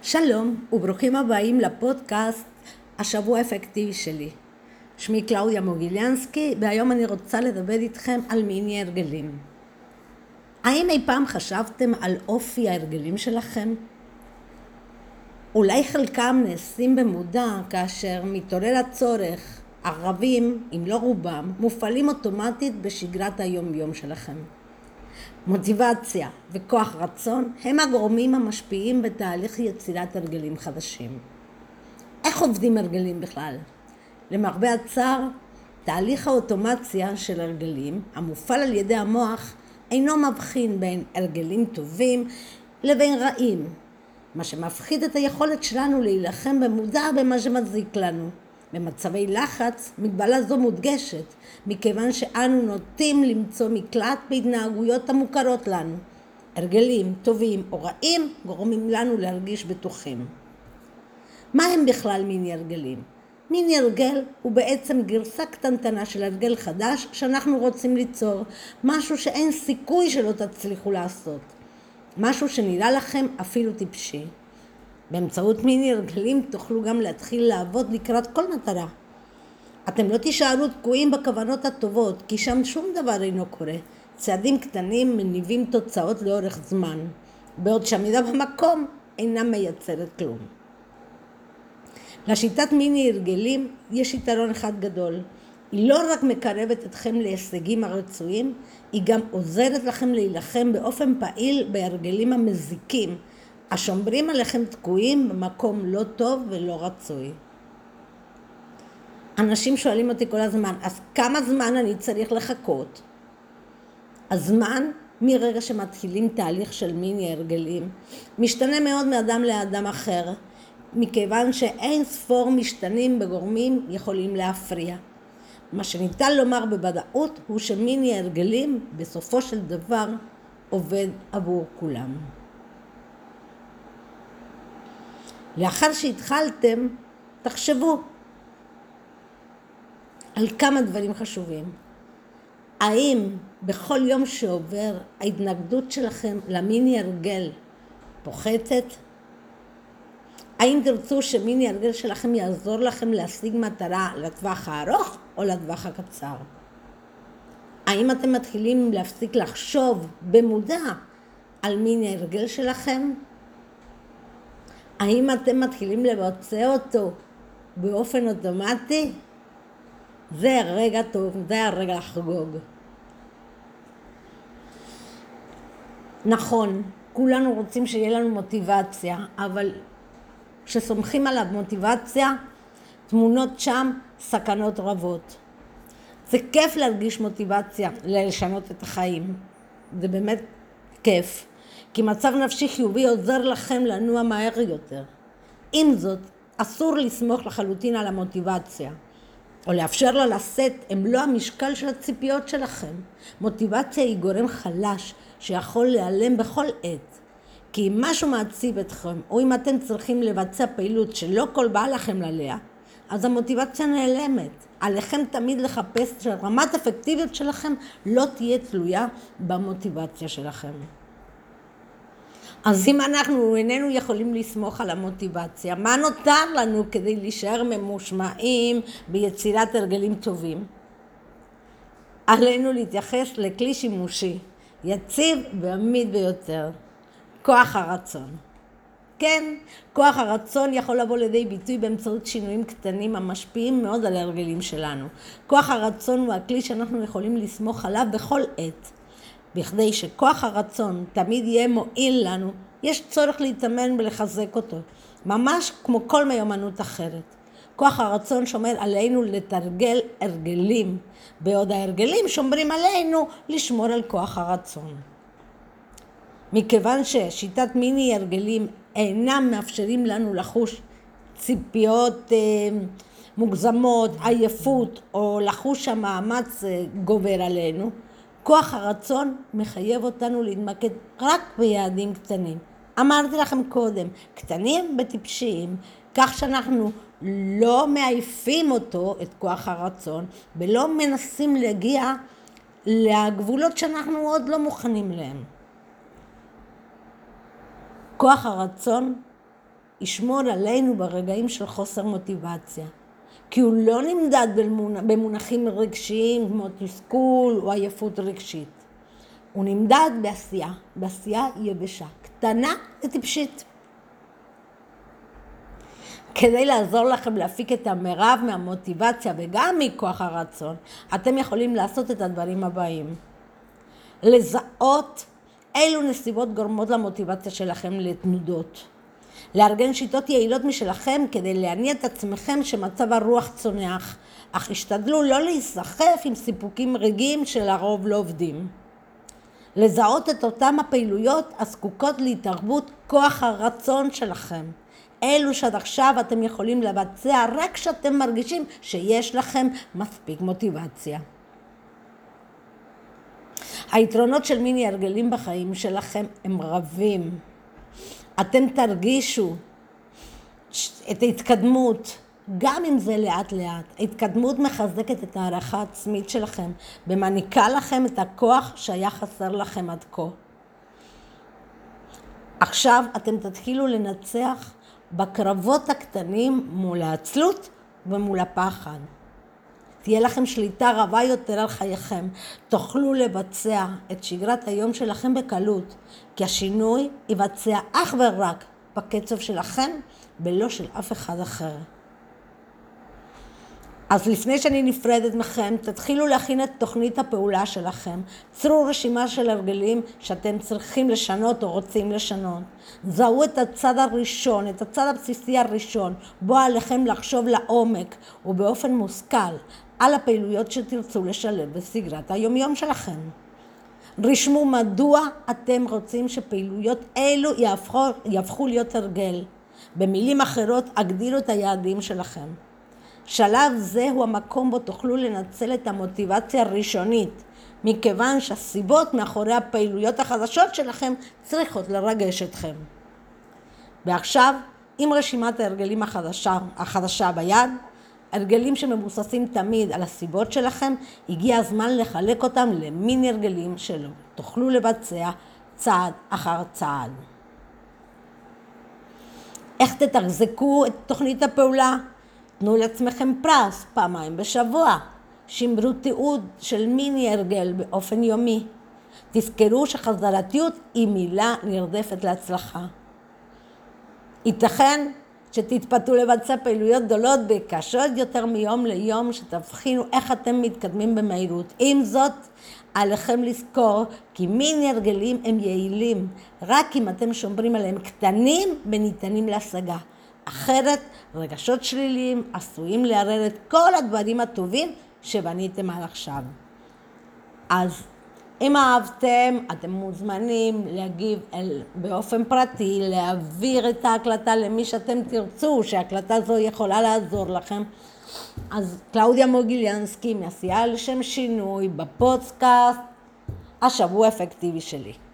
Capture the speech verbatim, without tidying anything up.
שלום וברוכים הבאים לפודקאסט השבוע האפקטיבי שלי. שמי קלאודיה מוגיליאנסקי והיום אני רוצה לדבר איתכם על מיני הרגלים. האם אי פעם חשבתם על אופי ההרגלים שלכם? אולי חלקם נעשים במודע כאשר מתעורר הצורך, הרבים, אם לא רובם, מופעלים אוטומטית בשגרת היום יום שלכם. מוטיבציה וכוח רצון הם הגורמים המשפיעים בתהליך יצירת הרגלים חדשים. איך עובדים הרגלים בכלל? למרבה הצער, תהליך האוטומציה של הרגלים המופעל על ידי המוח אינו מבחין בין הרגלים טובים לבין רעים, מה שמפחיד את היכולת שלנו להילחם במודע במה שמזיק לנו. במצבי לחץ, מגבלה זו מודגשת, מכיוון שאנו נוטים למצוא מקלט בהתנהגויות המוכרות לנו. הרגלים טובים או רעים גורמים לנו להרגיש בטוחים. מה הם בכלל מיני הרגלים? מיני הרגל הוא בעצם גרסה קטנטנה של הרגל חדש שאנחנו רוצים ליצור, משהו שאין סיכוי שלא תצליחו לעשות, משהו שנראה לכם אפילו טיפשי. באמצעות מיני הרגלים תוכלו גם להתחיל לעבוד לקראת כל מטרה. אתם לא תישארו תקועים בכוונות הטובות, כי שם שום דבר אינו קורה. צעדים קטנים מניבים תוצאות לאורך זמן, בעוד שעמידה במקום אינה מייצרת כלום. לשיטת מיני הרגלים יש יתרון אחד גדול. היא לא רק מקרבת אתכם להישגים הרצויים, היא גם עוזרת לכם להילחם באופן פעיל בהרגלים המזיקים, השומרים עליכם תקועים במקום לא טוב ולא רצוי. אנשים שואלים אותי כל הזמן, אז כמה זמן אני צריך לחכות? הזמן, מרגע שמתחילים תהליך של מיני הרגלים, משתנה מאוד מאדם לאדם אחר, מכיוון שאין ספור משתנים בגורמים יכולים להפריע. מה שניתן לומר בוודאות הוא שמיני הרגלים בסופו של דבר עובד עבור כולם. לאחר שהתחלתם, תחשבו על כמה דברים חשובים. האם בכל יום שעובר ההתנגדות שלכם למיני הרגל פוחתת? האם תרצו שמיני הרגל שלכם יעזור לכם להשיג מטרה לטווח הארוך או לטווח הקצר? האם אתם מתחילים להפסיק לחשוב במודע על מיני הרגל שלכם? האם אתם מתחילים לבצע אותו באופן אוטומטי? זה הרגע טוב, זה הרגע לחגוג. נכון, כולנו רוצים שיהיה לנו מוטיבציה, אבל כשסומכים על המוטיבציה, תמונות שם סכנות רבות. זה כיף להרגיש מוטיבציה, לשנות את החיים. זה באמת כיף. כי מצב נפשי חיובי עוזר לכם לנוע מהר יותר. עם זאת, אסור לסמוך לחלוטין על המוטיבציה, או לאפשר לה לשאת מלוא המשקל של הציפיות שלכם. מוטיבציה היא גורם חלש שיכול להיעלם בכל עת. כי אם משהו מעציב אתכם, או אם אתם צריכים לבצע פעילות שלא כל בא לכם עליה, אז המוטיבציה נעלמת. עליכם תמיד לחפש שרמת האפקטיביות שלכם לא תהיה תלויה במוטיבציה שלכם. אז אם אנחנו איננו יכולים לסמוך על המוטיבציה, מה נותר לנו כדי להישאר ממושמעים ביצירת הרגלים טובים? עלינו להתייחס לכלי שימושי, יציב ועמיד ביותר, כוח הרצון. כן, כוח הרצון יכול לבוא לידי ביטוי באמצעות שינויים קטנים המשפיעים מאוד על ההרגלים שלנו. כוח הרצון הוא הכלי שאנחנו יכולים לסמוך עליו בכל עת. בכדי שכוח הרצון תמיד יהיה מועיל לנו, יש צורך להתאמן ולחזק אותו, ממש כמו כל מיומנות אחרת. כוח הרצון שומר עלינו לתרגל הרגלים, בעוד ההרגלים שומרים עלינו לשמור על כוח הרצון. מכיוון ששיטת מיני הרגלים אינם מאפשרים לנו לחוש ציפיות אה, מוגזמות, עייפות או לחוש המאמץ אה, גובר עלינו, כוח הרצון מחייב אותנו להתמקד רק ביעדים קטנים. אמרתי לכם קודם, קטנים וטיפשיים, כך שאנחנו לא מעייפים אותו, את כוח הרצון, ולא מנסים להגיע לגבולות שאנחנו עוד לא מוכנים להם. כוח הרצון ישמור עלינו ברגעים של חוסר מוטיבציה. כי הוא לא נמדד במונחים רגשיים כמו תסכול או עייפות רגשית. הוא נמדד בעשייה, בעשייה יבשה, קטנה וטיפשית. כדי לעזור לכם להפיק את המרב מהמוטיבציה וגם מכוח הרצון, אתם יכולים לעשות את הדברים הבאים. לזהות אילו נסיבות גורמות למוטיבציה שלכם לתנודות. לארגן שיטות יעילות משלכם כדי להניע את עצמכם שמצב הרוח צונח, אך השתדלו לא להיסחף עם סיפוקים רגעיים שלרוב לא עובדים. לזהות את אותם הפעילויות הזקוקות להתערבות כוח הרצון שלכם. אלו שעד עכשיו אתם יכולים לבצע רק כשאתם מרגישים שיש לכם מספיק מוטיבציה. היתרונות של מיני הרגלים בחיים שלכם הם רבים. אתם תרגישו את ההתקדמות, גם אם זה לאט לאט. ההתקדמות מחזקת את הערכה העצמית שלכם, ומעניקה לכם את הכוח שהיה חסר לכם עד כה. עכשיו אתם תתחילו לנצח בקרבות הקטנים מול העצלות ומול הפחד. תהיה לכם שליטה רבה יותר על חייכם. תוכלו לבצע את שגרת היום שלכם בקלות, כי השינוי יבצע אך ורק בקצב שלכם, ולא של אף אחד אחר. אז לפני שאני נפרדת מכם, תתחילו להכין את תוכנית הפעולה שלכם. צרו רשימה של הרגלים שאתם צריכים לשנות או רוצים לשנות. זהו את הצד הראשון, את הצד הבסיסי הראשון, בו עליכם לחשוב לעומק ובאופן מושכל על הפעילויות שתרצו לשלב בסגרת היומיום שלכם. רשמו מדוע אתם רוצים שפעילויות אלו יהפכו, יהפכו להיות הרגל. במילים אחרות, הגדילו את היעדים שלכם. שלב זה הוא המקום בו תוכלו לנצל את המוטיבציה הראשונית, מכיוון שהסיבות מאחורי הפעילויות החדשות שלכם צריכות לרגש אתכם. ועכשיו, עם רשימת ההרגלים החדשה, החדשה ביד, הרגלים שמבוססים תמיד על הסיבות שלכם, הגיע הזמן לחלק אותם למיני הרגלים שלו. תוכלו לבצע צעד אחר צעד. איך תתחזקו את תוכנית הפעולה? תנו לעצמכם פרס פעמיים בשבוע. שמרו תיעוד של מיני הרגל באופן יומי. תזכרו שחזרתיות היא מילה נרדפת להצלחה. ייתכן שתתפתו לבצע פעילויות גדולות וקשות יותר מיום ליום, שתבחינו איך אתם מתקדמים במהירות. עם זאת, עליכם לזכור כי מיני הרגלים הם יעילים, רק אם אתם שומרים עליהם קטנים וניתנים להשגה. אחרת, רגשות שליליים עשויים לערער את כל הדברים הטובים שבניתם עד עכשיו. אז אם אהבתם, אתם מוזמנים להגיב אל, באופן פרטי, להעביר את ההקלטה למי שאתם תרצו, שההקלטה זו יכולה לעזור לכם. אז קלאודיה מוגיליאנסקי, מעשייה לשם שינוי, בפודקאסט, השבוע האפקטיבי שלי.